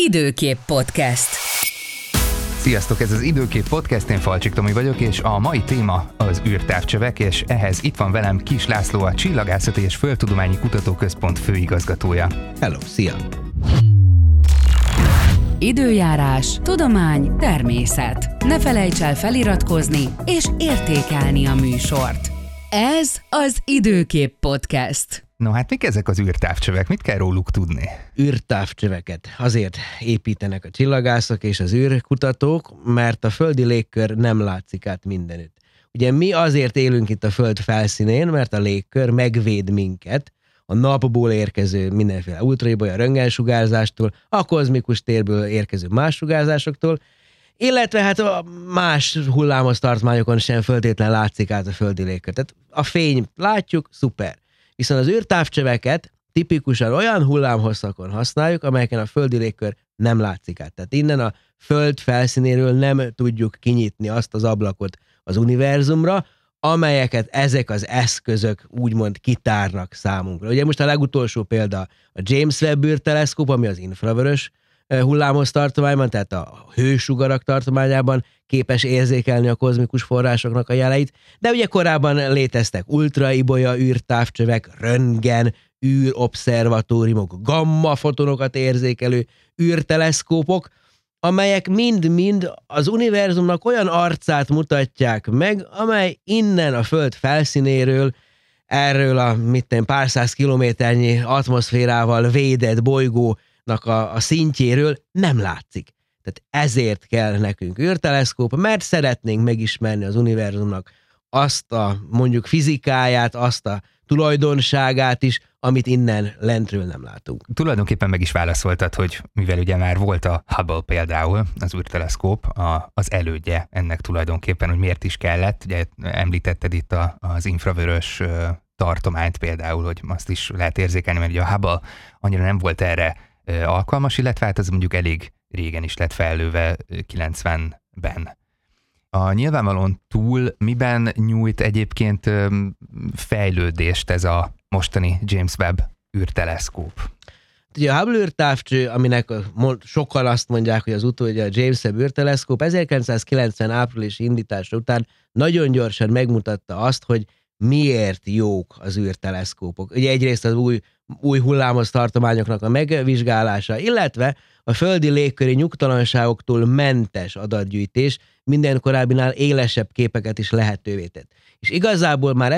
Időkép Podcast. Sziasztok, ez az Időkép Podcast, én Falcsik Tomi vagyok, és a mai téma az űrtávcsövek, és ehhez itt van velem Kiss László, a Csillagászati és Földtudományi Kutatóközpont főigazgatója. Hello, szia! Időjárás, tudomány, természet. Ne felejts el feliratkozni és értékelni a műsort. Ez az Időkép Podcast. No hát mik ezek az űrtávcsövek? Mit kell róluk tudni? Űrtávcsöveket azért építenek a csillagászok és az űrkutatók, mert a földi légkör nem látszik át mindenütt. Ugye mi azért élünk itt a Föld felszínén, mert a légkör megvéd minket a napból érkező mindenféle ultraibolya röntgensugárzástól, a kozmikus térből érkező más sugárzásoktól, illetve hát a más hullámos tartományokon sem föltétlen látszik át a földi légkör. Tehát a fény látjuk, szuper. Viszont az űrtávcsöveket tipikusan olyan hullámhosszakon használjuk, amelyeken a földi légkör nem látszik át. Tehát innen a Föld felszínéről nem tudjuk kinyitni azt az ablakot az univerzumra, amelyeket ezek az eszközök úgymond kitárnak számunkra. Ugye most a legutolsó példa a James Webb űrteleszkóp, ami az infravörös hullámos tartományban, tehát a hősugarak tartományában képes érzékelni a kozmikus forrásoknak a jeleit, de ugye korábban léteztek ultraibolya űrtávcsövek, röntgen, űrobszervatóriumok, gamma fotonokat érzékelő űrteleszkópok, amelyek mind-mind az univerzumnak olyan arcát mutatják meg, amely innen a Föld felszínéről, erről a pár száz kilométernyi atmoszférával védett bolygónak a szintjéről nem látszik. Tehát ezért kell nekünk űrteleszkóp, mert szeretnénk megismerni az univerzumnak azt a mondjuk fizikáját, azt a tulajdonságát is, amit innen lentről nem látunk. Tulajdonképpen meg is válaszoltad, hogy mivel ugye már volt a Hubble például, az űrteleszkóp, az elődje ennek tulajdonképpen, hogy miért is kellett. Ugye említetted itt az infravörös tartományt például, hogy azt is lehet érzékelni, mert ugye a Hubble annyira nem volt erre alkalmas, illetve hát az mondjuk elég régen is lett fejlőve 90-ben. A nyilvánvalóan túl miben nyújt egyébként fejlődést ez a mostani James Webb űrteleszkóp? Ugye a Hubble űrtávcső, aminek sokan azt mondják, hogy az utódja a James Webb űrteleszkóp, 1990 áprilisi indítása után nagyon gyorsan megmutatta azt, hogy miért jók az űrteleszkópok. Ugye egyrészt az új hullámos tartományoknak a megvizsgálása, illetve a földi légköri nyugtalanságoktól mentes adatgyűjtés minden korábbinál élesebb képeket is lehetővé tett. És igazából már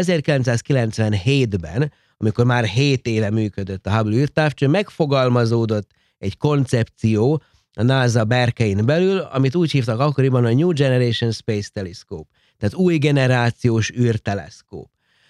1997-ben, amikor már 7 éve működött a Hubble űrtávcső, megfogalmazódott egy koncepció a NASA berkein belül, amit úgy hívtak akkoriban a New Generation Space Telescope, tehát új generációs űrteleszkóp.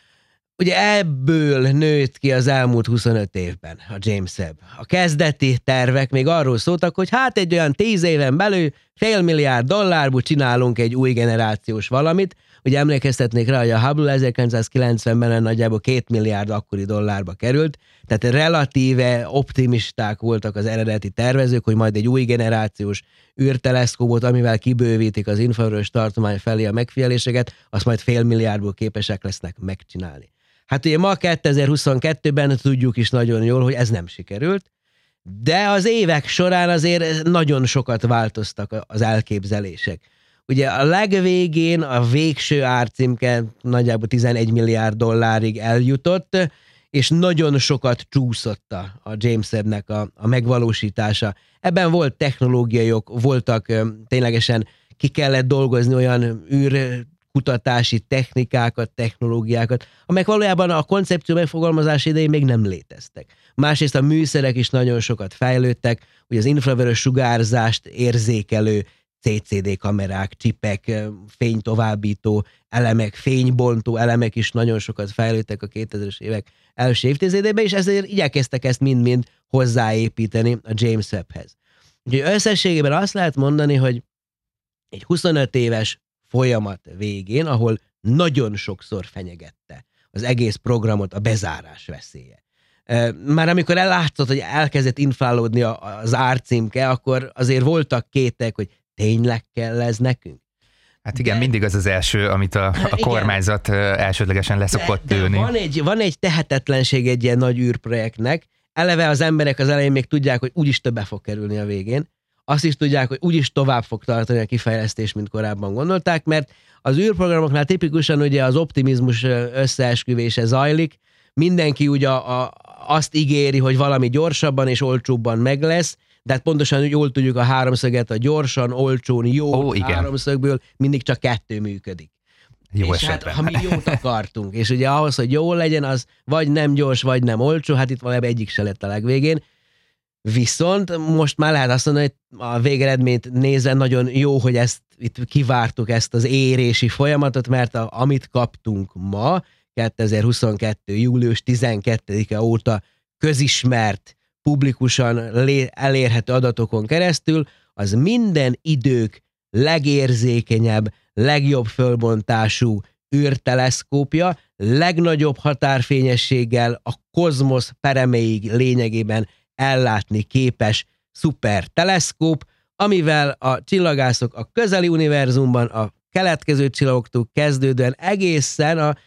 Ugye ebből nőtt ki az elmúlt 25 évben a James Webb. A kezdeti tervek még arról szóltak, hogy hát egy olyan 10 éven belül $500 milliárd csinálunk egy új generációs valamit. Ugye emlékeztetnék rá, hogy a Hubble 1990-ben nagyjából $2 milliárd akkori dollárba került, tehát relatíve optimisták voltak az eredeti tervezők, hogy majd egy új generációs űrteleszkópot, amivel kibővítik az infravörös tartomány felé a megfigyeléseket, azt majd $500 milliárdból képesek lesznek megcsinálni. Hát ugye ma 2022-ben tudjuk is nagyon jól, hogy ez nem sikerült, de az évek során azért nagyon sokat változtak az elképzelések. Ugye a legvégén a végső árcímke nagyjából $11 milliárd eljutott, és nagyon sokat csúszott a James Webb-nek a megvalósítása. Ebben volt technológiai ok, voltak ténylegesen ki kellett dolgozni olyan űrkutatási technikákat, technológiákat, amelyek valójában a koncepció megfogalmazás idején még nem léteztek. Másrészt a műszerek is nagyon sokat fejlődtek, hogy az infravörös sugárzást érzékelő CCD kamerák, csipek, fénytovábbító elemek, fénybontó elemek is nagyon sokat fejlődtek a 2000-es évek első évtizedében, és ezért igyekeztek ezt mind-mind hozzáépíteni a James Webbhez. Úgyhogy összességében azt lehet mondani, hogy egy 25 éves folyamat végén, ahol nagyon sokszor fenyegette az egész programot a bezárás veszélye. Már amikor ellátszott, hogy elkezdett inflálódni az árcímke, akkor azért voltak kétek, hogy tényleg kell ez nekünk? Hát igen, mindig az első, amit a kormányzat elsődlegesen leszokott lőni. Van egy tehetetlenség egy ilyen nagy űrprojektnek, eleve az emberek az elején még tudják, hogy úgyis többe fog kerülni a végén. Azt is tudják, hogy úgyis tovább fog tartani a kifejlesztés, mint korábban gondolták, mert az űrprogramoknál tipikusan ugye az optimizmus összeesküvése zajlik, mindenki ugye azt ígéri, hogy valami gyorsabban és olcsóbban meg lesz, de hát pontosan jól tudjuk a háromszöget, a gyorsan, olcsón, jó háromszögből mindig csak 2 működik. Jó és hát, ha mi jót akartunk, és ugye ahhoz, hogy jó legyen, az vagy nem gyors, vagy nem olcsó, hát itt valami egyik se lett a legvégén. Viszont most már lehet azt mondani, hogy a végeredményt nézve nagyon jó, hogy ezt itt kivártuk, ezt az érési folyamatot, mert amit kaptunk ma, 2022. július 12-e óta közismert, publikusan elérhető adatokon keresztül, az minden idők legérzékenyebb, legjobb fölbontású űrteleszkópja, legnagyobb határfényességgel a kozmosz pereméig lényegében ellátni képes szuperteleszkóp, amivel a csillagászok a közeli univerzumban a keletkező csillagoktól kezdődően egészen a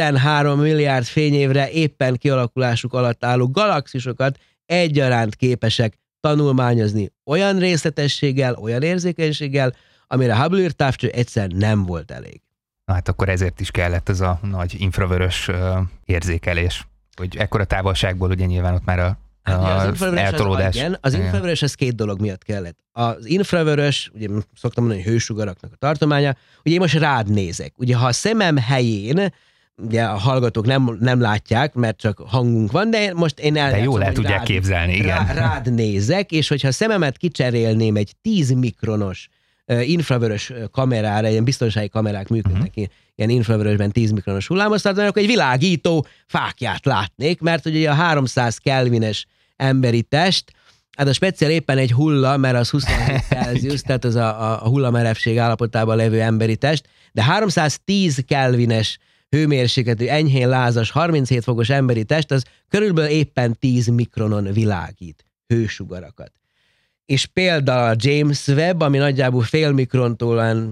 13 milliárd fényévre éppen kialakulásuk alatt álló galaxisokat egyaránt képesek tanulmányozni olyan részletességgel, olyan érzékenységgel, amire a Hubble űrtávcső egyszer nem volt elég. Na hát akkor ezért is kellett ez a nagy infravörös érzékelés, hogy ekkora távolságból ugye nyilván ott már az eltolódás. Az infravörös az 2 dolog miatt kellett. Az infravörös, ugye szoktam mondani, hogy hősugaraknak a tartománya, ugye én most rád nézek. Ugye ha a szemem helyén, ugye a hallgatók nem látják, mert csak hangunk van, de most én eljátszom, de jól el tudják képzelni, igen. Rád nézek, és hogyha a szememet kicserélném egy 10 mikronos infravörös kamerára, ilyen biztonsági kamerák működnek, ilyen infravörösben 10 mikronos hullámhossztartományon, akkor egy világító fáklyát látnék, mert ugye a 300 kelvines emberi test, hát a speciál éppen egy hulla, mert az 27 Celsius, tehát az a hullamerevség állapotában levő emberi test, de 310 kelvines hőmérsékletű, enyhén lázas, 37 fokos emberi test, az körülbelül éppen 10 mikronon világít hősugarakat. És például a James Webb, ami nagyjából fél mikrontól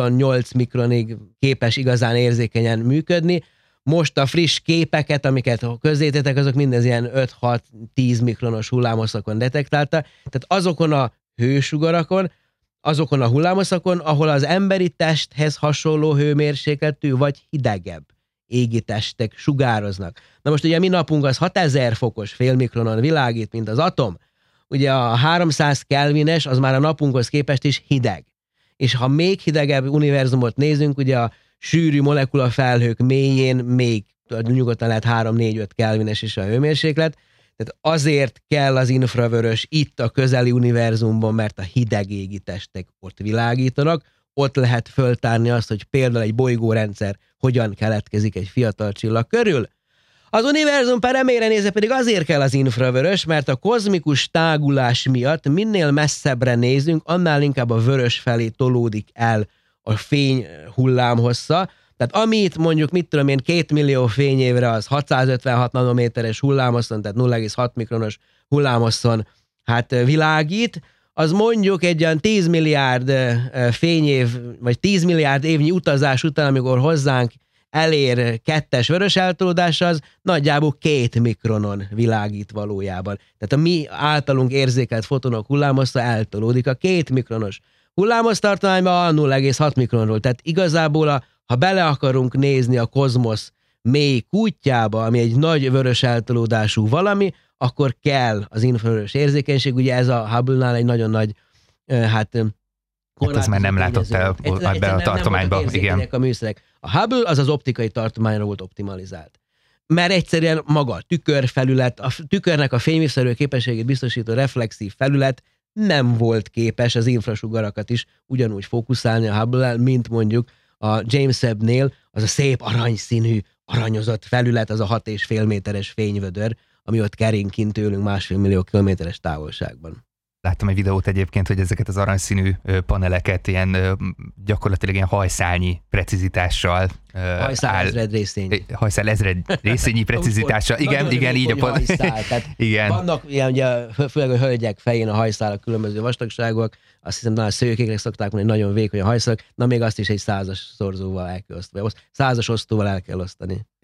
28 mikronig képes igazán érzékenyen működni, most a friss képeket, amiket közzétettek, azok mindez ilyen 5-6-10 mikronos hullámhosszakon detektálta. Tehát azokon a hősugarakon, azokon a hullámhosszakon, ahol az emberi testhez hasonló hőmérsékletű vagy hidegebb égi testek sugároznak. Na most ugye a mi napunk az 6000 fokos félmikronon világít, mint az atom. Ugye a 300 kelvines, az már a napunkhoz képest is hideg. És ha még hidegebb univerzumot nézünk, ugye a sűrű molekulafelhők mélyén még nyugodtan lehet 3-4-5 kelvines is a hőmérséklet. Tehát azért kell az infravörös itt a közeli univerzumban, mert a hideg égi testek ott világítanak, ott lehet föltárni azt, hogy például egy bolygórendszer hogyan keletkezik egy fiatal csillag körül. Az univerzum peremére nézve pedig azért kell az infravörös, mert a kozmikus tágulás miatt minél messzebbre nézünk, annál inkább a vörös felé tolódik el a fény hullámhossza. Tehát amit mondjuk, 2 millió fényévre az 656 nanométeres hullámhosszon, tehát 0,6 mikronos hullámhosszon világít, az mondjuk egy olyan 10 milliárd fényév, vagy 10 milliárd évnyi utazás után, amikor hozzánk elér 2-es vörös eltolódás, az nagyjából 2 mikronon világít valójában. Tehát a mi általunk érzékelt fotonok hullámhossza eltolódik a 2 mikronos hullámhossztartományba a 0,6 mikronról. Tehát igazából, ha bele akarunk nézni a kozmosz mély kútjába, ami egy nagy vörös eltolódású valami, akkor kell az infravörös érzékenység. Ugye ez a Hubble-nál egy nagyon nagy, hát ez már nem látott el be a tartományba. Igen. A műszerek. A Hubble az optikai tartományra volt optimalizált. Mert egyszerűen maga a tükörfelület, a tükörnek a fényviszonyerő képességét biztosító reflexív felület nem volt képes az infrasugarakat is ugyanúgy fókuszálni a Hubble-el, mint mondjuk a James Webb-nél az a szép aranyszínű, aranyozott felület, az a 6,5 méteres fényvödör, ami ott kering kint tőlünk 1,5 millió kilométeres távolságban. Láttam egy videót egyébként, hogy ezeket az aranyszínű paneleket ilyen gyakorlatilag ilyen hajszálnyi precizitással ezred részény. Hajszál ezred részényi precizitással. Igen, így a hajszál. Igen. Vannak ilyen, ugye, főleg a hölgyek fején a hajszálak különböző vastagságúak, azt hiszem, a szőkéknek szokták mondani, nagyon vékony a hajszálak, na még azt is egy 100-as szorzóval el kell osztani, 100-as osztóval el kell osztani.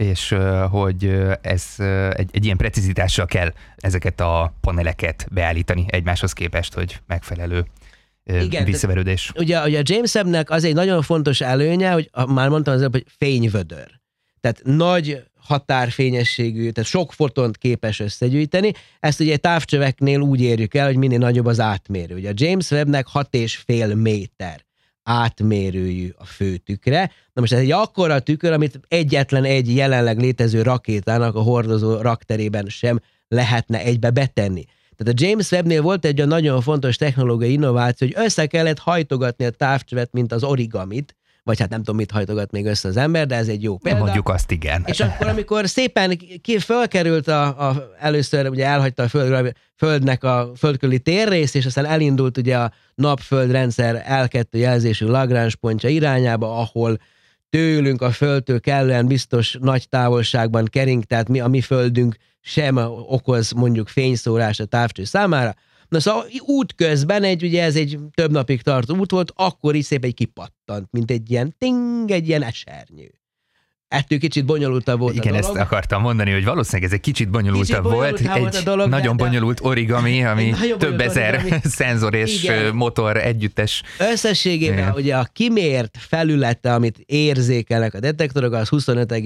és hogy ez egy ilyen precizitással kell ezeket a paneleket beállítani egymáshoz képest, hogy megfelelő visszaverődés. Ugye a James Webb-nek az egy nagyon fontos előnye, hogy már mondtam az előbb, hogy fényvödör. Tehát nagy határfényességű, tehát sok fotont képes összegyűjteni. Ezt ugye távcsöveknél úgy érjük el, hogy minél nagyobb az átmérő. Ugye a James Webb-nek 6,5 méter átmérőjű a főtükre. Na most ez egy akkora tükör, amit egyetlen egy jelenleg létező rakétának a hordozó rakterében sem lehetne egybe betenni. Tehát a James Webb-nél volt egy nagyon fontos technológiai innováció, hogy össze kellett hajtogatni a távcsövet, mint az origamit, vagy hát nem tudom, mit hajtogat még össze az ember, de ez egy jó példa. Mondjuk azt, igen. És akkor, amikor szépen fölkerült először ugye elhagyta a Földnek a földkörüli térrészt, és aztán elindult ugye a Nap-Föld rendszer L2 jelzésű Lagrange pontja irányába, ahol tőlünk a Földtől kellően biztos nagy távolságban kering, tehát a mi Földünk sem okoz mondjuk fényszórás a távcső számára. Na szóval útközben ugye ez egy több napig tartó út volt, akkor is szépen kipattant, mint egy ilyen egy ilyen esernyő. Ettől kicsit bonyolultabb volt igen, a dolog. Igen, ezt akartam mondani, hogy valószínűleg ez egy kicsit bonyolultabb volt. Egy dolog, nagyon bonyolult origami, ami több ezer szenzor és igen. Motor együttes. Összességében ugye a kimért felülete, amit érzékelnek a detektorok, az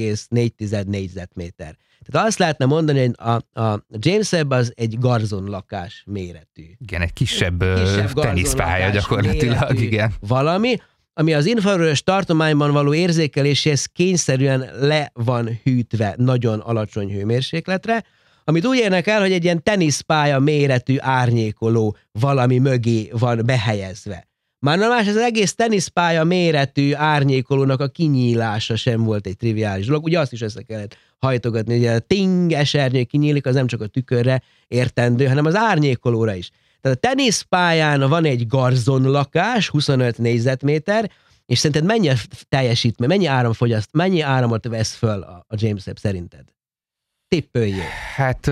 25,4 négyzetméter. Tehát azt lehetne mondani, hogy a James Webb az egy garzonlakás méretű. Igen, egy kisebb teniszpálya gyakorlatilag, igen. Valami, ami az infravörös tartományban való érzékeléséhez kényszerűen le van hűtve nagyon alacsony hőmérsékletre, amit úgy érnek el, hogy egy ilyen teniszpálya méretű árnyékoló valami mögé van behelyezve. Már na más, ez az egész teniszpálya méretű árnyékolónak a kinyílása sem volt egy triviális dolog. Ugye azt is össze kellett hajtogatni, ugye a ting esernyő kinyílik, az nem csak a tükörre értendő, hanem az árnyékolóra is. Tehát a teniszpályán van egy garzonlakás, 25 négyzetméter, és szerinted mennyi teljesítmény, mennyi áramot vesz föl a James Webb szerinted? Tippöljél. Hát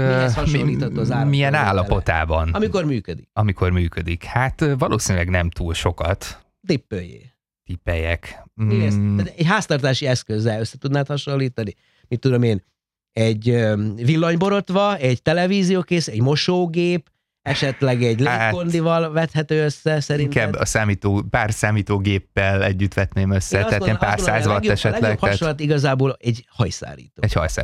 milyen állapotában? Amikor működik. Hát valószínűleg nem túl sokat. Tippeljek. Egy háztartási eszközzel össze tudnád hasonlítani? Mit tudom én, egy villanyborotva, egy televíziókész, egy mosógép, esetleg egy légkondival vethető össze szerinted? Inkább pár számítógéppel együtt vetném össze, tehát ilyen pár száz watt esetleg. A legjobb hasonlat igazából egy hajszárító.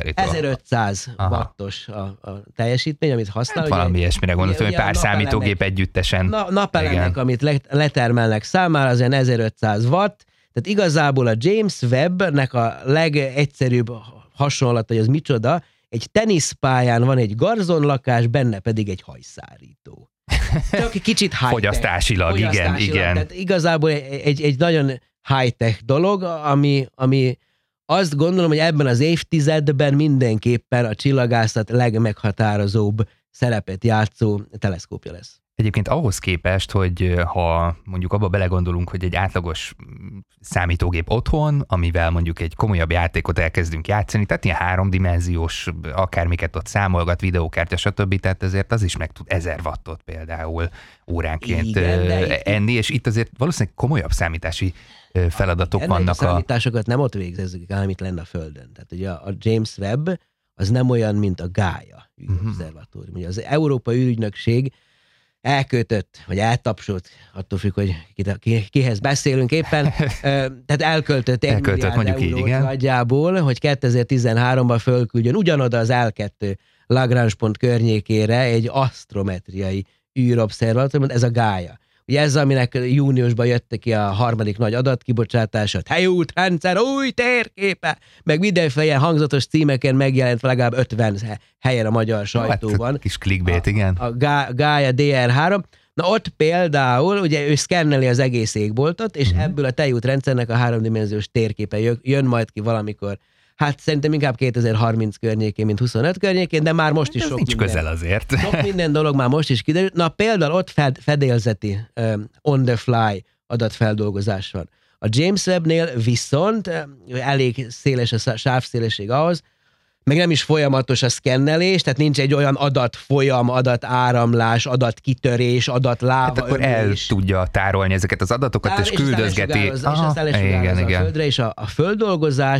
1500 wattos a teljesítmény, amit használ. Hát valami ilyesmire gondoltam, hogy pár számítógép együttesen. Napelemek, amit letermelnek számára, az olyan 1500 watt, tehát igazából a James Webb-nek a legegyszerűbb hasonlat, hogy az micsoda, egy teniszpályán van egy garzonlakás, benne pedig egy hajszárító. Csak kicsit high-tech. Fogyasztásilag, igen. Tehát igazából egy nagyon high-tech dolog, ami azt gondolom, hogy ebben az évtizedben mindenképpen a csillagászat legmeghatározóbb szerepet játszó teleszkópja lesz. Egyébként ahhoz képest, hogy ha mondjuk abba belegondolunk, hogy egy átlagos számítógép otthon, amivel mondjuk egy komolyabb játékot elkezdünk játszani, tehát ilyen 3D-s, akármiket ott számolgat, videókártya, stb. Tehát ezért az is meg tud 1000 wattot például óránként enni, és itt azért valószínűleg komolyabb számítási feladatok vannak. A számításokat nem ott végezzük el, amit lenne a Földön. Tehát ugye a James Webb az nem olyan, mint a Gaia űrobszervatórium. Ugye az Európai űrügynökség elköltött, vagy eltapsolt, attól függ, hogy kihez beszélünk éppen, tehát elköltött 1 milliárd eurót nagyjából, hogy 2013-ban fölküldjön ugyanoda az L2 Lagrange pont környékére egy asztrometriai űrobszervatórium, ez a Gaia. Ugye ez, aminek júniusban jött ki a harmadik nagy adatkibocsátása, helyútrendszer új térképe, meg mindenféle hangzatos címeken megjelent legalább 50 helyen a magyar sajtóban. Kis clickbait, igen. A Gaia DR3. Na ott például, ugye ő szkenneli az egész égboltot, és ebből a tejútrendszernek a 3D térképe jön majd ki valamikor. Hát szerintem inkább 2030 környékén, mint 25 környékén, de már most is sok nincs közel azért. Sok minden dolog már most is kiderült. Na például ott fedélzeti on the fly adatfeldolgozás van. A James Webb-nél viszont elég széles a sávszélesség ahhoz, meg nem is folyamatos a szkennelés, tehát nincs egy olyan adatfolyam, adatáramlás, adatkitörés, adatláva hát akkor el tudja tárolni ezeket az adatokat, és küldözgeti. És aztán lesugározza a Földre, és a földolgozás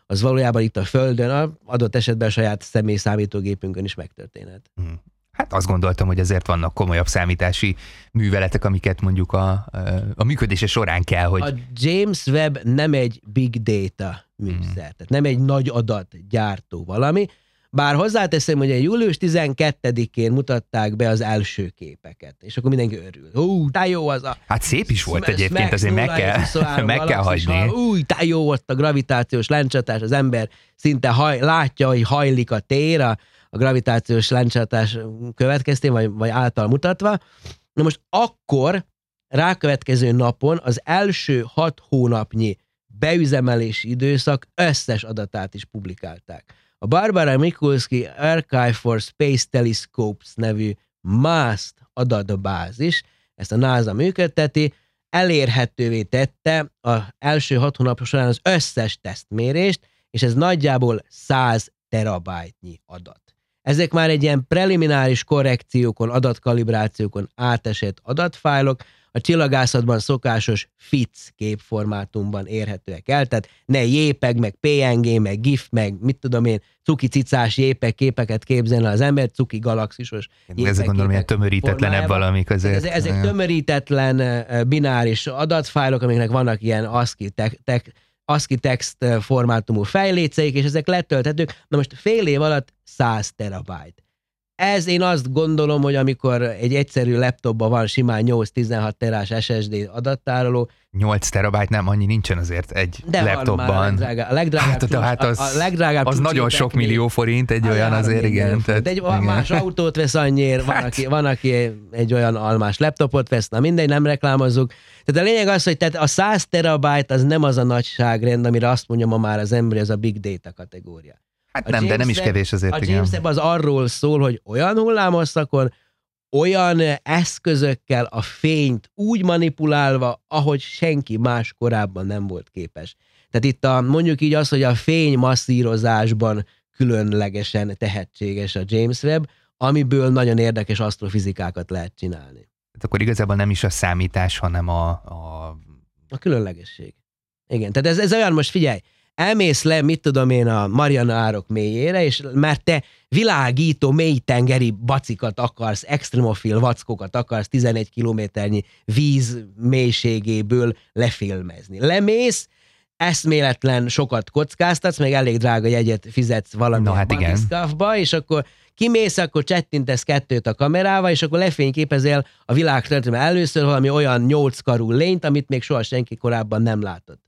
az valójában itt a Földön, adott esetben a saját személy számítógépünkön is megtörténhet. Hát azt gondoltam, hogy azért vannak komolyabb számítási műveletek, amiket mondjuk a működése során kell, hogy... A James Webb nem egy big data műszer, tehát nem egy nagy adatgyártó valami, bár hozzáteszem, hogy a július 12-én mutatták be az első képeket, és akkor mindenki örül. De jó az a... Hát szép is volt egyébként, azért meg kell hagyni. De jó volt a gravitációs lencsatás, az ember szinte látja, hogy hajlik a tér, a gravitációs lencsatás következtén, vagy által mutatva. Na most akkor rákövetkező napon az első 6 hónapnyi beüzemelési időszak összes adatát is publikálták. A Barbara Mikulski Archive for Space Telescopes nevű MAST adatbázis, ezt a NASA működteti, elérhetővé tette az első 6 hónap során az összes tesztmérést, és ez nagyjából 100 terabájtnyi adat. Ezek már egy ilyen prelimináris korrekciókon, adatkalibrációkon átesett adatfájlok, a csillagászatban szokásos FITS képformátumban érhetőek el, tehát ne JPEG, meg PNG, meg GIF, meg mit tudom én, cuki cicás JPEG képeket képzelne az ember, cuki galaxisos JPEG. Ezek gondolom ilyen tömörítetlenebb valamik azért. Ezek tömörítetlen bináris adatfájlok, amiknek vannak ilyen ASCII text formátumú fejléceik, és ezek letölthetők. Na most fél év alatt 100 terabájt. Ez én azt gondolom, hogy amikor egy egyszerű laptopban van simán 8-16 terás SSD adattároló. 8 terabájt nem, annyi nincsen azért egy de laptopban. A legdrágább az nagyon sok millió forint, egy olyan azért, igen. De egy más autót vesz annyira, van, aki egy olyan almás laptopot vesz, na mindegy, nem reklámozzuk. Tehát a lényeg az, hogy tehát a 100 terabyte az nem az a nagyságrend, amire azt mondja ma már az ember, ez a big data kategória. Hát nem, de nem is kevés azért, igen. A James Webb az arról szól, hogy olyan hullámosszakon, olyan eszközökkel a fényt úgy manipulálva, ahogy senki más korábban nem volt képes. Tehát itt mondjuk így az, hogy a fény masszírozásban különlegesen tehetséges a James Webb, amiből nagyon érdekes asztrofizikákat lehet csinálni. Hát akkor igazából nem is a számítás, hanem a különlegesség. Igen, tehát ez olyan, most figyelj, elmész le, mit tudom én, a Mariana-árok mélyére, és már te világító mélytengeri bacikat akarsz, extremofil vackokat akarsz 11 kilométernyi víz mélységéből lefilmezni. Lemész, eszméletlen sokat kockáztatsz, meg elég drága jegyet fizetsz valamilyen batiszkafba, és akkor kimész, akkor csettintesz 2 a kamerával, és akkor lefényképezel a világ történelmében először valami olyan 8 karú lényt, amit még soha senki korábban nem látott.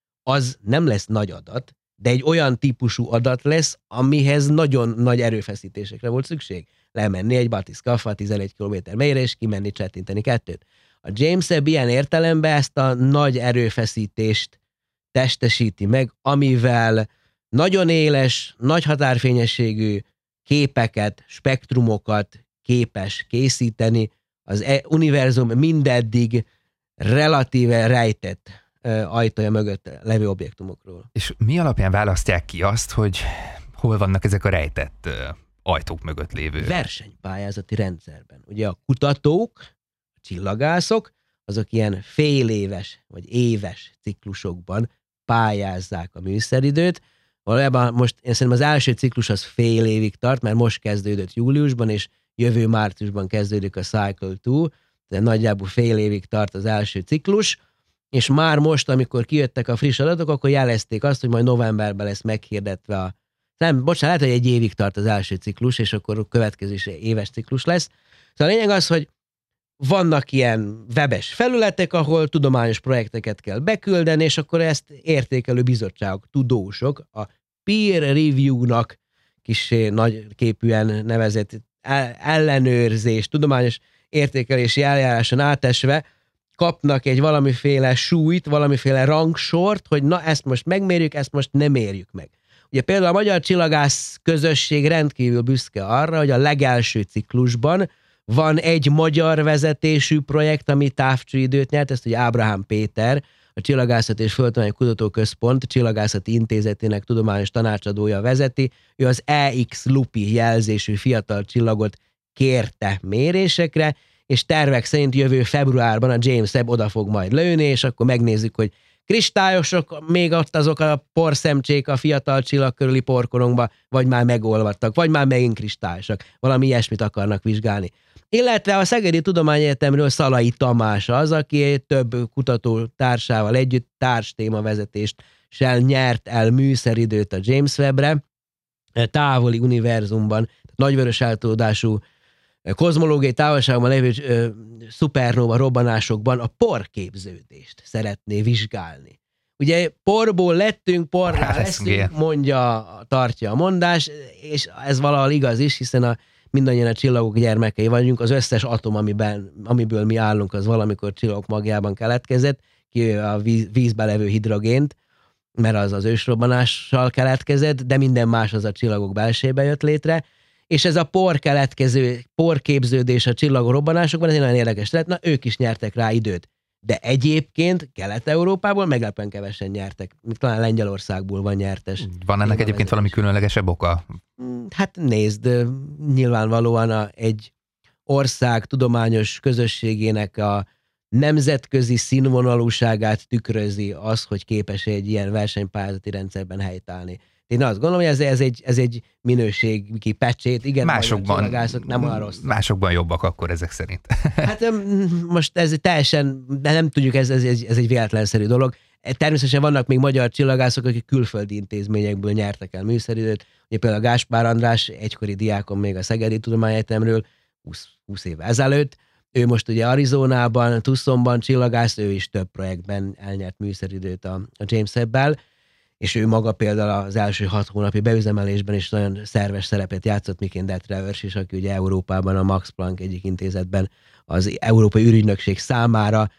Az nem lesz nagy adat, de egy olyan típusú adat lesz, amihez nagyon nagy erőfeszítésekre volt szükség. Lemenni egy batiszkaffa 11 km mélyre, és kimenni csettinteni 2. A James Webb ilyen értelemben ezt a nagy erőfeszítést testesíti meg, amivel nagyon éles, nagy határfényességű képeket, spektrumokat képes készíteni az univerzum mindeddig relatíve rejtett ajtaja mögött levő objektumokról. És mi alapján választják ki azt, hogy hol vannak ezek a rejtett ajtók mögött lévő? Versenypályázati rendszerben. Ugye a kutatók, a csillagászok, azok ilyen féléves vagy éves ciklusokban pályázzák a műszeridőt. Valójában most én szerintem az első ciklus az fél évig tart, mert most kezdődött júliusban, és jövő márciusban kezdődik a Cycle 2, tehát nagyjából fél évig tart az első ciklus, és már most, amikor kijöttek a friss adatok, akkor jelezték azt, hogy majd novemberben lesz meghirdetve lehet, hogy egy évig tart az első ciklus, és akkor a következő is éves ciklus lesz. Szóval a lényeg az, hogy vannak ilyen webes felületek, ahol tudományos projekteket kell beküldeni, és akkor ezt értékelő bizottságok, tudósok, a peer review-nak kissé nagyképűen nevezett ellenőrzés, tudományos értékelési eljáráson átesve kapnak egy valamiféle súlyt, valamiféle rangsort, hogy na ezt most megmérjük, ezt most nem érjük meg. Ugye például a magyar csillagász közösség rendkívül büszke arra, hogy a legelső ciklusban van egy magyar vezetésű projekt, ami távcsőidőt nyert, ezt ugye Ábrahám Péter, a Csillagászat és Földtudományi Kutatóközpont Csillagászati Intézetének tudományos tanácsadója vezeti. Ő az EX-LUPI jelzésű fiatal csillagot kérte mérésekre, és tervek szerint jövő februárban a James Webb oda fog majd leülni, és akkor megnézzük, hogy kristályosok, még ott azok a porszemcsék a fiatal csillag körüli porkorongba, vagy már megolvadtak, vagy már megint kristályosak. Valami ilyesmit akarnak vizsgálni. Illetve a Szegedi Tudományegyetemről Szalai Tamás az, aki több kutatótársával együtt társtémavezetést nyert el műszeridőt a James Webbre, távoli univerzumban, nagyvörös eltolódású kozmológiai távolságban lévő szupernóva robbanásokban a porképződést szeretné vizsgálni. Ugye porból lettünk, porrá leszünk, tartja a mondás, és ez valahol igaz is, hiszen mindannyian a csillagok gyermekei vagyunk, az összes atom, amiből mi állunk, az valamikor csillagok magjában keletkezett, kivéve a vízbe levő hidrogént, mert az ősrobbanással keletkezett, de minden más az a csillagok belsébe jött létre, és ez a porképződés a csillagok robbanásokban, ez egy nagyon érdekes terület, na ők is nyertek rá időt. De egyébként Kelet-Európából meglepően kevesen nyertek. Talán Lengyelországból van nyertes. Van ennek egyébként valami különlegesebb oka? Hát nézd, nyilvánvalóan egy ország tudományos közösségének a nemzetközi színvonalúságát tükrözi az, hogy képes egy ilyen versenypályázati rendszerben helytállni. Én azt gondolom, hogy ez egy minőségi pecsét. Igen, másokban nem olyan rossz. Másokban jobbak akkor ezek szerint. Hát most ez teljesen, de nem tudjuk, ez egy véletlenszerű dolog. Természetesen vannak még magyar csillagászok, akik külföldi intézményekből nyertek el műszeridőt. Ugye például Gáspár András, egykori diákom még a Szegedi Tudományegyetemről, 20 év ezelőtt. Ő most ugye Arizonában, Tucsonban csillagász, ő is több projektben elnyert műszeridőt a James Webb-bel, és ő maga például az első 6 hónapi beüzemelésben is nagyon szerves szerepet játszott, miként Detrevers is, aki ugye Európában a Max Planck egyik intézetben az Európai űrügynökség számára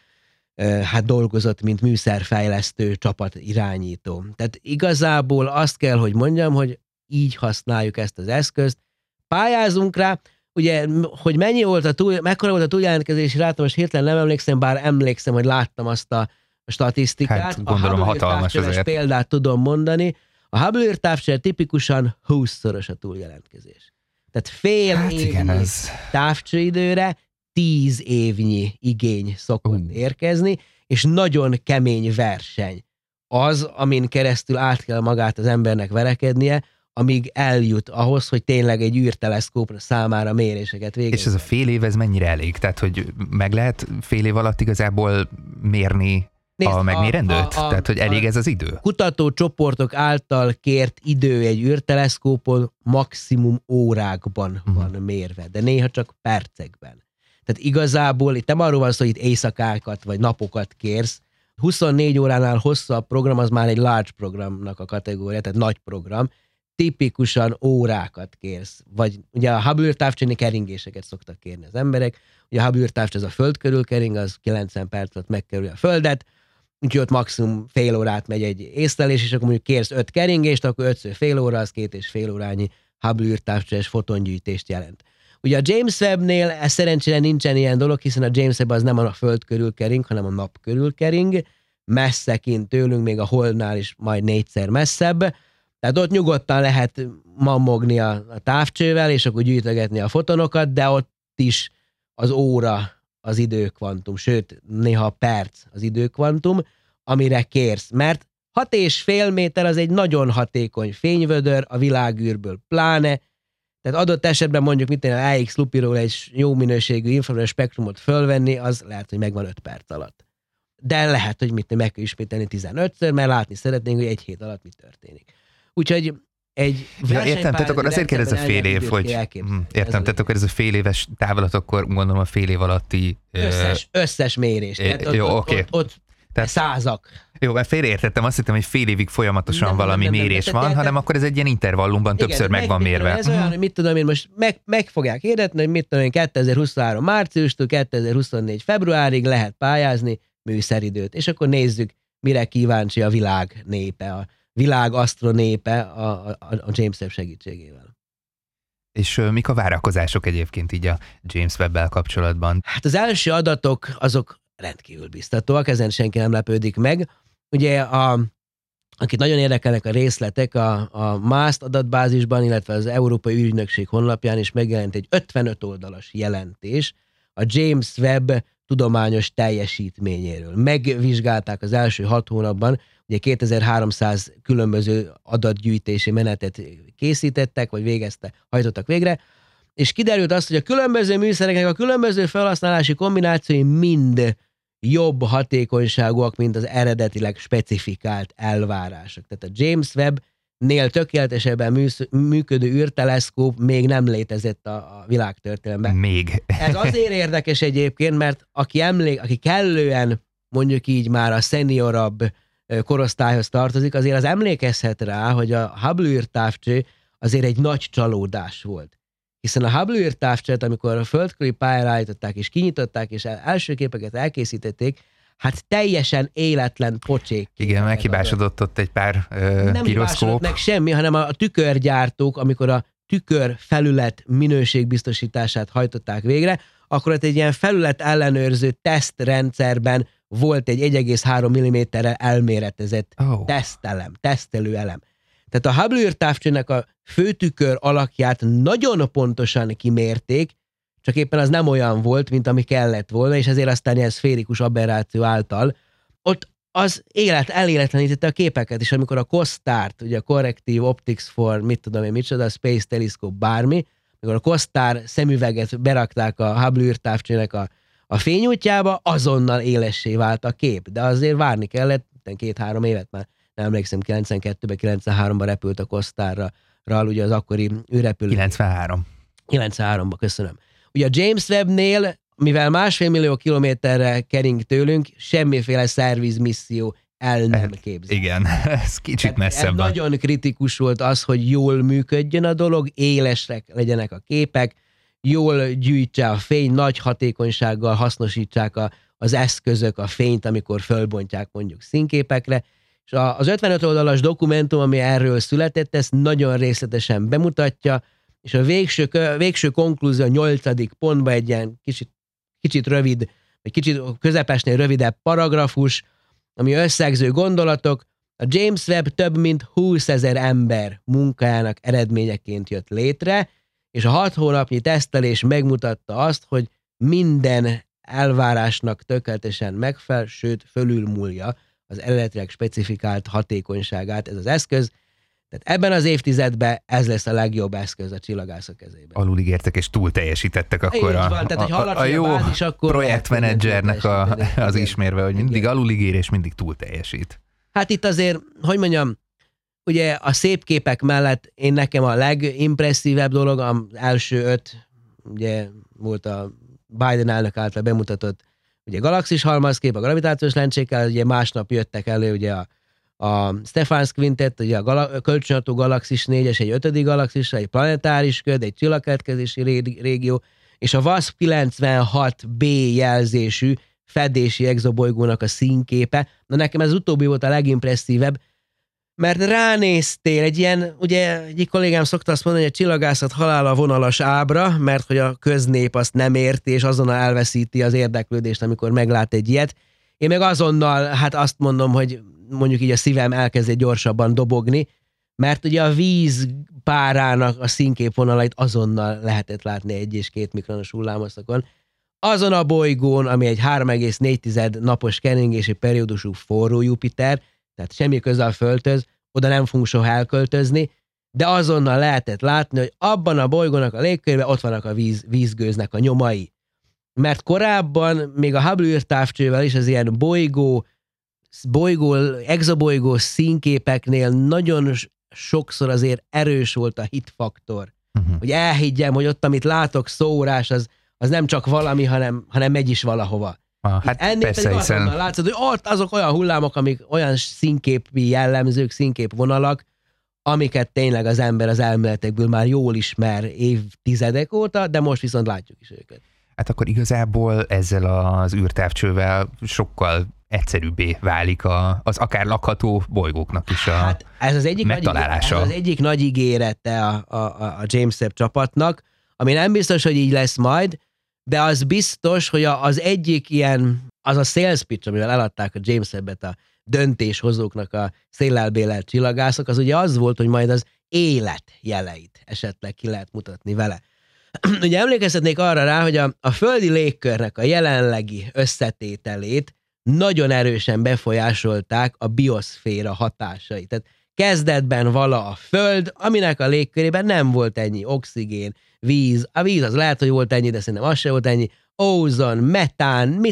dolgozott, mint műszerfejlesztő csapat irányító. Tehát igazából azt kell, hogy mondjam, hogy így használjuk ezt az eszközt, pályázunk rá, ugye, hogy mekkora volt a túljelentkezési ráta, most hirtelen nem emlékszem, bár emlékszem, hogy láttam azt a statisztikát. Hát gondolom, hatalmas azért. Példát tudom mondani. A Hubble űrtávcső tipikusan 20-szoros a túljelentkezés. Tehát fél évnyi távcsőidőre 10 évnyi igény szokott érkezni, és nagyon kemény verseny. Az, amin keresztül át kell magát az embernek verekednie, amíg eljut ahhoz, hogy tényleg egy űrteleszkóp számára méréseket végezzen. És ez a fél év, ez mennyire elég? Tehát, hogy meg lehet fél év alatt igazából mérni a megmérendőt? Tehát, hogy elég ez az idő? Kutatócsoportok által kért idő egy űrteleszkópon maximum órákban van mérve, de néha csak percekben. Tehát igazából itt nem arról van szó, hogy itt éjszakákat vagy napokat kérsz. 24 óránál hosszabb program, az már egy large programnak a kategória, tehát nagy program. Tipikusan órákat kérsz. Vagy ugye a Hubble űrtávcsőnél keringéseket szoktak kérni az emberek. Ugye a Hubble űrtávcső az a Föld körül kering, az 90 perc alatt megkerül a Földet, úgyhogy ott maximum fél órát megy egy észlelés, és akkor mondjuk kérsz 5 keringést, akkor 5 fél óra, az 2,5 órányi Hubble űrtávcsős fotongyűjtést jelent. Ugye a James Webb-nél szerencsére nincsen ilyen dolog, hiszen a James Webb az nem a Föld körül kering, hanem a Nap körül kering, messze kint tőlünk, még a Holdnál is majd 4-szer messzebb. Tehát ott nyugodtan lehet mammogni a távcsővel, és akkor gyűjtögetni a fotonokat, de ott is az óra az időkvantum, sőt, néha a perc az időkvantum, amire kérsz. Mert 6,5 méter az egy nagyon hatékony fényvödör, a világűrből pláne, tehát adott esetben mondjuk AX Lupiról egy jó minőségű infravörös spektrumot fölvenni, az lehet, hogy megvan 5 perc alatt. De lehet, hogy meg kell ismételni 15-ször, mert látni szeretnénk, hogy egy hét alatt mi történik. Úgyhogy egy értem, tehát akkor azért kérdez a fél év, hogy értem, tehát akkor ez a fél éves távlat, akkor gondolom a fél év alatti összes mérés. Ott százak. Jó, mert félreértettem, azt hittem, hogy fél évig folyamatosan valami mérés van, hanem akkor ez egy ilyen intervallumban többször meg van mérve. Ez olyan, hogy mit tudom én, most meg fogják hirdetni, hogy mit tudom én, 2023 márciustól 2024 februárig lehet pályázni műszeridőt, és akkor nézzük, mire kíváncsi a világ népe, a világ asztronépe a James Webb segítségével. És mik a várakozások egyébként így a James Webb-el kapcsolatban? Hát az első adatok azok rendkívül biztatóak, ezen senki nem lepődik meg. Ugye, akit nagyon érdekelnek a részletek, a MAST adatbázisban, illetve az Európai Ügynökség honlapján is megjelent egy 55 oldalas jelentés a James Webb tudományos teljesítményéről. Megvizsgálták az első 6 hónapban, ugye 2300 különböző adatgyűjtési menetet készítettek, vagy hajtottak végre, és kiderült azt, hogy a különböző műszereknek a különböző felhasználási kombinációi mind jobb hatékonyságúak, mint az eredetileg specifikált elvárások. Tehát a James Webb-nél tökéletesebben működő űrteleszkóp még nem létezett a világtörténelemben. Még. Ez azért érdekes egyébként, mert aki kellően, mondjuk így már a szeniorabb korosztályhoz tartozik, azért az emlékezhet rá, hogy a Hubble űrtávcső azért egy nagy csalódás volt. Hiszen a Hubble űrtávcsőt, amikor a földkörüli pályára állították és kinyitották, és első képeket elkészítették, hát teljesen életlen pocsék. Igen, meghibásodott ott egy pár nem gyroszkóp. meg semmi, hanem a tükörgyártók, amikor a tükör felület minőségbiztosítását hajtották végre, akkor ott egy ilyen felület ellenőrző tesztrendszerben volt egy 1,3 mm-rel elméretezett tesztelőelem. Tehát a Hubble űrtávcsőnek a főtükör alakját nagyon pontosan kimérték, csak éppen az nem olyan volt, mint ami kellett volna, és ezért aztán ilyen szférikus aberráció által ott az eléletlenítette a képeket, és amikor a COSTAR-t, ugye a Corrective Optics for, mit tudom én micsoda, a Space Telescope bármi, amikor a COSTAR szemüveget berakták a Hubble űrtávcsőnek a fényútjába, azonnal élessé vált a kép. De azért várni kellett, 2-3 évet már, nem emlékszem, 92-ben, 93-ban repült a COSTAR-ral, ugye az akkori űrrepülő. 93-ban, köszönöm. Ugye a James Webb-nél, mivel 1,5 millió kilométerre kering tőlünk, semmiféle szervizmisszió el nem képzel. Igen, ez kicsit messzebb. Ez nagyon kritikus volt az, hogy jól működjön a dolog, élesek legyenek a képek, jól gyűjtse a fény, nagy hatékonysággal hasznosítsák az eszközök a fényt, amikor fölbontják mondjuk színképekre. És az 55 oldalas dokumentum, ami erről született, ezt nagyon részletesen bemutatja, és a végső konklúzió a 8. pontban egy ilyen kicsit rövid, vagy kicsit közepesnél rövidebb paragrafus, ami összegző gondolatok. A James Webb több mint 20 000 ember munkájának eredményeként jött létre, és a 6 hónapnyi tesztelés megmutatta azt, hogy minden elvárásnak tökéletesen megfelel, sőt fölülmúlja az eredetileg specifikált hatékonyságát ez az eszköz. Tehát ebben az évtizedben ez lesz a legjobb eszköz a csillagászok kezében. Aluligértek és túl teljesítettek akkor a jó bázis, akkor projektmenedzsernek az ismérve, hogy mindig aluligér és mindig túl teljesít. Hát itt azért, hogy mondjam, ugye a szép képek mellett nekem a legimpresszívebb dolog, az első 5, ugye volt a Biden elnök által bemutatott ugye galaxis halmazkép, a gravitációs lencsékkel, ugye másnap jöttek elő ugye a Stefan's Quintet, ugye a kölcsönható galaxis 4-es, egy 5. galaxisra, egy planetáris köd, egy csillagkeletkezési régió, és a WASP-96b jelzésű fedési exobolygónak a színképe. Na nekem ez utóbbi volt a legimpresszívebb, mert ránéztél egy ilyen, ugye egyik kollégám szokta azt mondani, hogy a csillagászat halála vonalas ábra, mert hogy a köznép azt nem érti, és azonnal elveszíti az érdeklődést, amikor meglát egy ilyet. Én meg azonnal, hát azt mondom, hogy mondjuk így a szívem elkezd gyorsabban dobogni, mert ugye a víz párának a színképvonalait azonnal lehetett látni 1 és 2 mikronos hullámoszakon. Azon a bolygón, ami egy 3,4 napos keringési periódusú forró Jupiter, tehát semmi köze a Földhöz, oda nem fogunk soha elköltözni, de azonnal lehetett látni, hogy abban a bolygónak a légkörében ott vannak a vízgőznek a nyomai. Mert korábban, még a Hubble űrtávcsővel is az ilyen exobolygó színképeknél nagyon sokszor azért erős volt a hitfaktor. Hogy elhiggyem, hogy ott, amit látok, szórás, az nem csak valami, hanem megy is valahova. Hát ennél persze, pedig hiszen... azonnal látszod, hogy ott azok olyan hullámok, amik olyan színképi jellemzők, színképvonalak, amiket tényleg az ember az elméletekből már jól ismer évtizedek óta, de most viszont látjuk is őket. Hát akkor igazából ezzel az űrtávcsővel sokkal egyszerűbbé válik az akár lakható bolygóknak is a megtalálása. Ez az egyik nagy ígérete a James Webb csapatnak, ami nem biztos, hogy így lesz majd, de az biztos, hogy az egyik ilyen, az a sales pitch, amivel eladták a James Webb-et a döntéshozóknak, a széllel bélelt csillagászok, az ugye az volt, hogy majd az élet jeleit esetleg ki lehet mutatni vele. Ugye emlékeztetnék arra rá, hogy a földi légkörnek a jelenlegi összetételét nagyon erősen befolyásolták a bioszféra hatásai. Tehát kezdetben vala a Föld, aminek a légkörében nem volt ennyi oxigén, víz. A víz az lehet, hogy volt ennyi, de szerintem az se volt ennyi. Ózon, metán,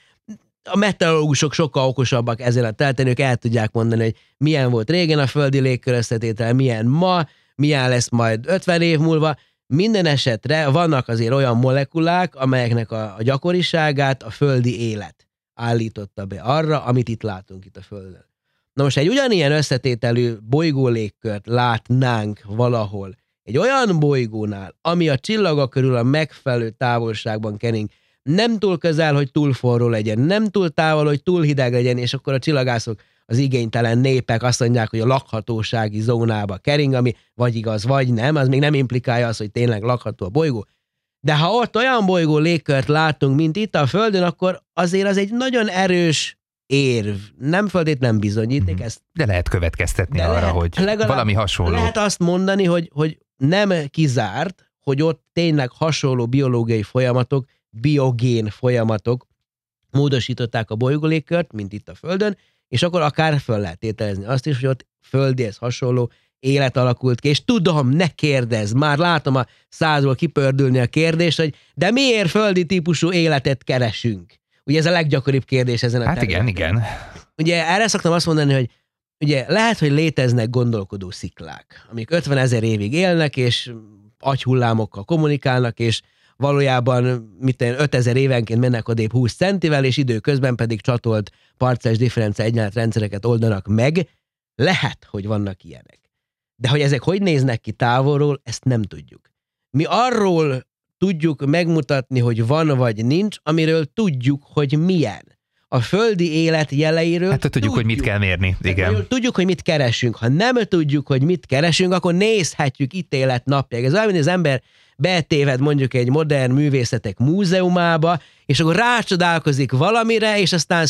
a meteorológusok sokkal okosabbak ezen a területen, ők el tudják mondani, hogy milyen volt régen a földi légkör összetétel, milyen ma, milyen lesz majd 50 év múlva. Minden esetre vannak azért olyan molekulák, amelyeknek a gyakoriságát a földi élet állította be arra, amit itt látunk itt a Földön. Na most egy ugyanilyen összetételű bolygó légkört látnánk valahol, egy olyan bolygónál, ami a csillagok körül a megfelelő távolságban kering, nem túl közel, hogy túl forró legyen, nem túl távol, hogy túl hideg legyen, és akkor a csillagászok, az igénytelen népek azt mondják, hogy a lakhatósági zónába kering, ami vagy igaz, vagy nem, az még nem implikálja azt, hogy tényleg lakható a bolygó. De ha ott olyan bolygó légkört látunk, mint itt a Földön, akkor azért az egy nagyon erős érv. Nem föltétlen bizonyíték. Ezt de lehet következtetni arra, hogy valami hasonló. Lehet azt mondani, hogy nem kizárt, hogy ott tényleg hasonló biológiai folyamatok, biogén folyamatok módosították a bolygólégkört, mint itt a Földön, és akkor akár föl lehet tételezni azt is, hogy ott földihez hasonló élet alakult ki, és tudom, ne kérdezz, már látom a százról kipördülni a kérdés, hogy de miért földi típusú életet keresünk? Ugye ez a leggyakoribb kérdés ezen a területen. Igen. Ugye erre szoktam azt mondani, hogy ugye lehet, hogy léteznek gondolkodó sziklák, amik 50 000 évig élnek, és agyhullámokkal kommunikálnak, és valójában 5000 évenként mennek odébb 20 centivel, és időközben pedig csatolt parciális differencia egyenletrendszereket oldanak meg. Lehet, hogy vannak ilyenek. De hogy ezek hogy néznek ki távolról, ezt nem tudjuk. Mi arról tudjuk megmutatni, hogy van vagy nincs, amiről tudjuk, hogy milyen. A földi élet jeleiről tudjuk, hogy mit kell mérni. Igen. Tudjuk, hogy mit keresünk. Ha nem tudjuk, hogy mit keresünk, akkor nézhetjük ítélet napjáig. Ez olyan, mint az ember betéved mondjuk egy modern művészetek múzeumába, és akkor rácsodálkozik valamire, és aztán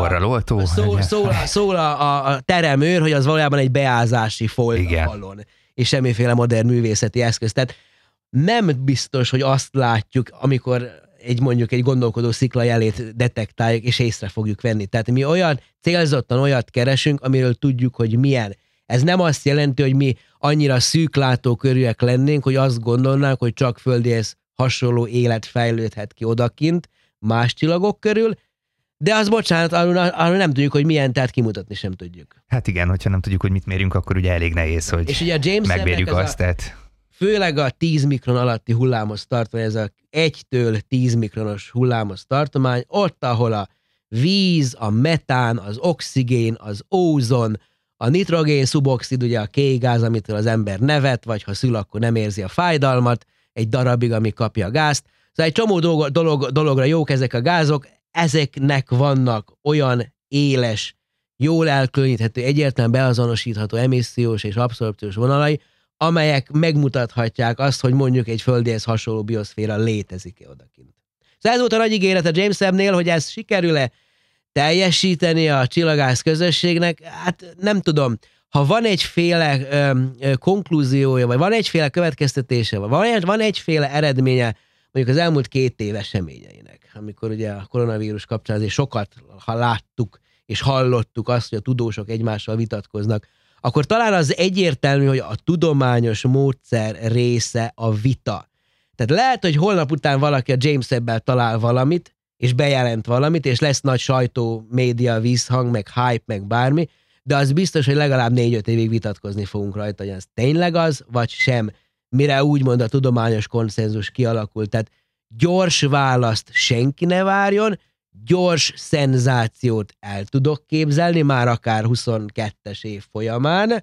szól a teremőr, hogy az valójában egy beázási folt a falon, és semmiféle modern művészeti eszköz. Tehát nem biztos, hogy azt látjuk, amikor mondjuk egy gondolkodó szikla jelét detektáljuk, és észre fogjuk venni. Tehát mi célzottan olyat keresünk, amiről tudjuk, hogy milyen. Ez nem azt jelenti, hogy mi annyira szűklátókörűek lennénk, hogy azt gondolnánk, hogy csak földihez hasonló élet fejlődhet ki odakint más csillagok körül, de az bocsánat, arról nem tudjuk, hogy milyen, tehát kimutatni sem tudjuk. Hát igen, hogyha nem tudjuk, hogy mit mérjünk, akkor ugye elég nehéz, hogy és ugye a James megmérjük azt, tehát... Főleg a 10 mikron alatti hullámos tartomány, ez a 1-től 10 mikronos hullámos tartomány, ott, ahol a víz, a metán, az oxigén, az ózon, a nitrogén szuboxid, ugye a kék gáz, amitől az ember nevet, vagy ha szül, akkor nem érzi a fájdalmat, egy darabig, amíg kapja a gázt. Szóval egy csomó dologra jók ezek a gázok, ezeknek vannak olyan éles, jól elkülöníthető, egyértelműen beazonosítható emissziós és abszorpciós vonalai, amelyek megmutathatják azt, hogy mondjuk egy földihez hasonló bioszféra létezik-e odakint. Szóval ez volt a nagy ígéret a James Webb-nél, hogy ez sikerül-e teljesíteni a csillagász közösségnek, hát nem tudom, ha van egyféle konklúziója, vagy van egyféle következtetése, vagy van egyféle eredménye mondjuk az elmúlt 2 év eseményeinek, amikor ugye a koronavírus kapcsán azért sokat láttuk és hallottuk azt, hogy a tudósok egymással vitatkoznak, akkor talán az egyértelmű, hogy a tudományos módszer része a vita. Tehát lehet, hogy holnap után valaki a James Webb-el talál valamit, és bejelent valamit, és lesz nagy sajtó, média, vízhang, meg hype, meg bármi, de az biztos, hogy legalább 4-5 évig vitatkozni fogunk rajta, hogy ez tényleg az, vagy sem, mire úgymond a tudományos konszenzus kialakult. Tehát gyors választ senki ne várjon, gyors szenzációt el tudok képzelni, már akár 22-es év folyamán,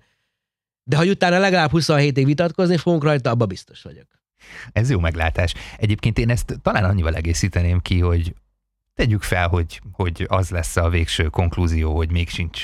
de hogy utána legalább 27 év vitatkozni fogunk rajta, abba biztos vagyok. Ez jó meglátás. Egyébként én ezt talán annyival egészíteném ki, hogy tegyük fel, hogy az lesz a végső konklúzió, hogy még sincs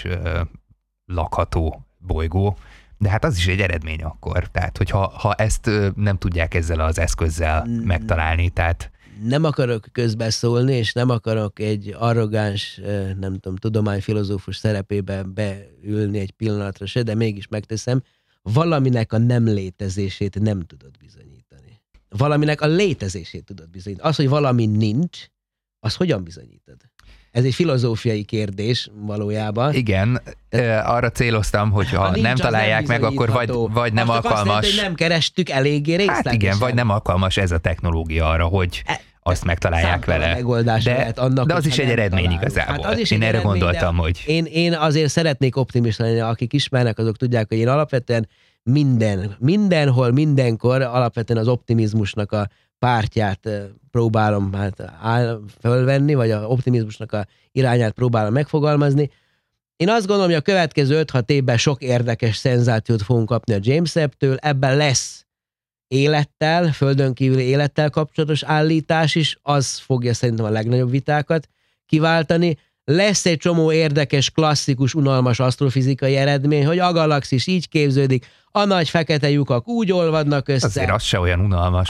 lakható bolygó, de hát az is egy eredmény akkor. Tehát, hogyha ezt nem tudják ezzel az eszközzel megtalálni, tehát... Nem akarok közbeszólni, és nem akarok egy arrogáns, nem tudom, tudományfilozófus szerepébe beülni egy pillanatra se, de mégis megteszem, valaminek a nem létezését nem tudod bizonyítani. valaminek a létezését tudod bizonyítani. Az, hogy valami nincs, az hogyan bizonyítod? Ez egy filozófiai kérdés valójában. Igen, arra céloztam, hogy ha nem találják meg, akkor vagy nem alkalmas. Azt jelenti, hogy nem kerestük eléggé részletesen. Hát igen, vagy nem alkalmas ez a technológia arra, hogy azt megtalálják vele. De az is egy eredmény igazából. Hát én erre gondoltam, hogy... Én azért szeretnék optimista lenni, akik ismernek, azok tudják, hogy én alapvetően mindenhol, mindenkor alapvetően az optimizmusnak a pártját próbálom fölvenni, vagy az optimizmusnak a irányát próbálom megfogalmazni. Én azt gondolom, hogy a következő 5-6 évben sok érdekes szenzációt fogunk kapni a James Webb-től, ebben lesz élettel, földön kívüli élettel kapcsolatos állítás is, az fogja szerintem a legnagyobb vitákat kiváltani. Lesz egy csomó érdekes, klasszikus, unalmas asztrofizikai eredmény, hogy a galaxis így képződik, a nagy fekete lyukak úgy olvadnak össze. Azért az se olyan unalmas.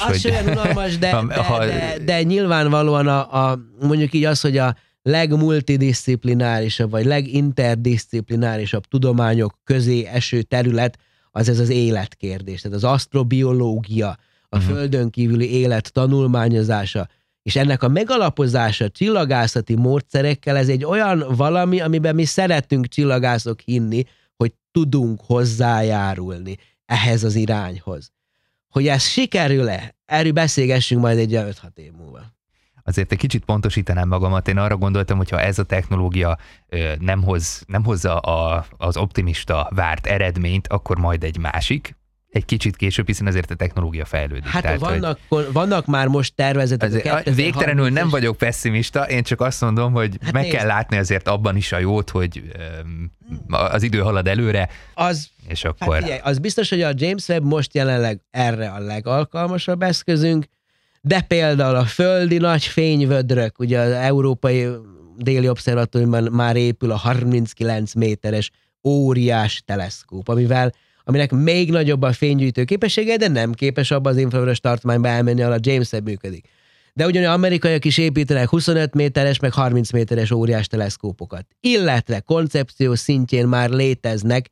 De nyilvánvalóan mondjuk így az, hogy a legmultidisziplinárisabb, vagy leginterdisziplinárisabb tudományok közé eső terület, az ez az életkérdés. Tehát az asztrobiológia, a földön kívüli élet tanulmányozása, és ennek a megalapozása csillagászati módszerekkel, ez egy olyan valami, amiben mi szeretünk csillagászok hinni, hogy tudunk hozzájárulni ehhez az irányhoz. Hogy ez sikerül-e? Erről beszélgessünk majd egy 5-6 év múlva. Azért egy kicsit pontosítanám magamat, én arra gondoltam, hogyha ez a technológia nem hozza az optimista várt eredményt, akkor majd egy másik, egy kicsit később, hiszen azért a technológia fejlődik. Hát tehát, vannak már most tervezetek. Végtelenül nem vagyok pessimista, én csak azt mondom, hogy meg kell látni azért abban is a jót, hogy az idő halad előre, és akkor... Hát figyelj, az biztos, hogy a James Webb most jelenleg erre a legalkalmasabb eszközünk, de például a földi nagy fényvödrök, ugye az Európai Déli Obszervatóriumban már épül a 39 méteres óriás teleszkóp, aminek még nagyobb a fénygyűjtő képessége, de nem képes abba az infravörös tartományba elmenni, ahol a James Webb működik. De ugyan amerikaiak is építenek 25 méteres, meg 30 méteres óriás teleszkópokat. Illetve koncepció szintjén már léteznek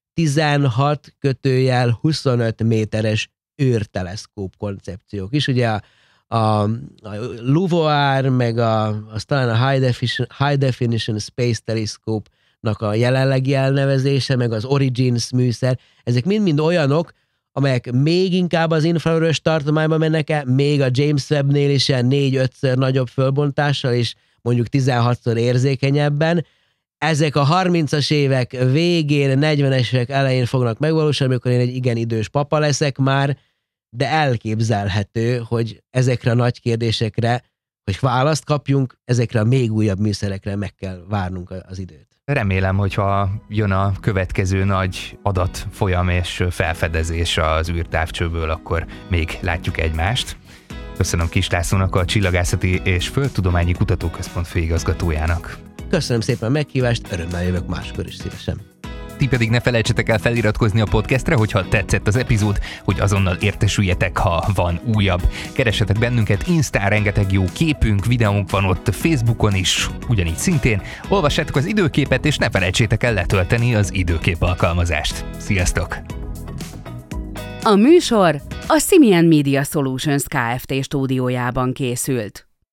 16-25 méteres űrteleszkóp koncepciók is. Ugye a LUVOIR, meg talán a High Definition Space Telescope-nak a jelenlegi elnevezése, meg az Origins műszer, ezek mind-mind olyanok, amelyek még inkább az infravörös tartományba mennek el, még a James Webb-nél is 4-5-ször nagyobb fölbontással, és mondjuk 16-szor érzékenyebben. Ezek a 30-as évek végén, 40-es évek elején fognak megvalósulni, amikor én egy igen idős papa leszek már, de elképzelhető, hogy ezekre a nagy kérdésekre, hogy választ kapjunk, ezekre a még újabb műszerekre meg kell várnunk az időt. Remélem, hogyha jön a következő nagy adatfolyam és felfedezés az űrtávcsőből, akkor még látjuk egymást. Köszönöm Kiss Lászlónak, a Csillagászati és Földtudományi Kutatóközpont főigazgatójának. Köszönöm szépen a meghívást, örömmel jövök máskor is szívesen. Ti pedig ne felejtsetek el feliratkozni a podcastre, hogyha tetszett az epizód, hogy azonnal értesüljetek, ha van újabb. Keressetek bennünket Instán, rengeteg jó képünk, videónk van ott, Facebookon is, ugyanígy szintén. Olvassátok az időképet, és ne felejtsétek el letölteni az időkép alkalmazást. Sziasztok! A műsor a Simian Media Solutions Kft. Stúdiójában készült.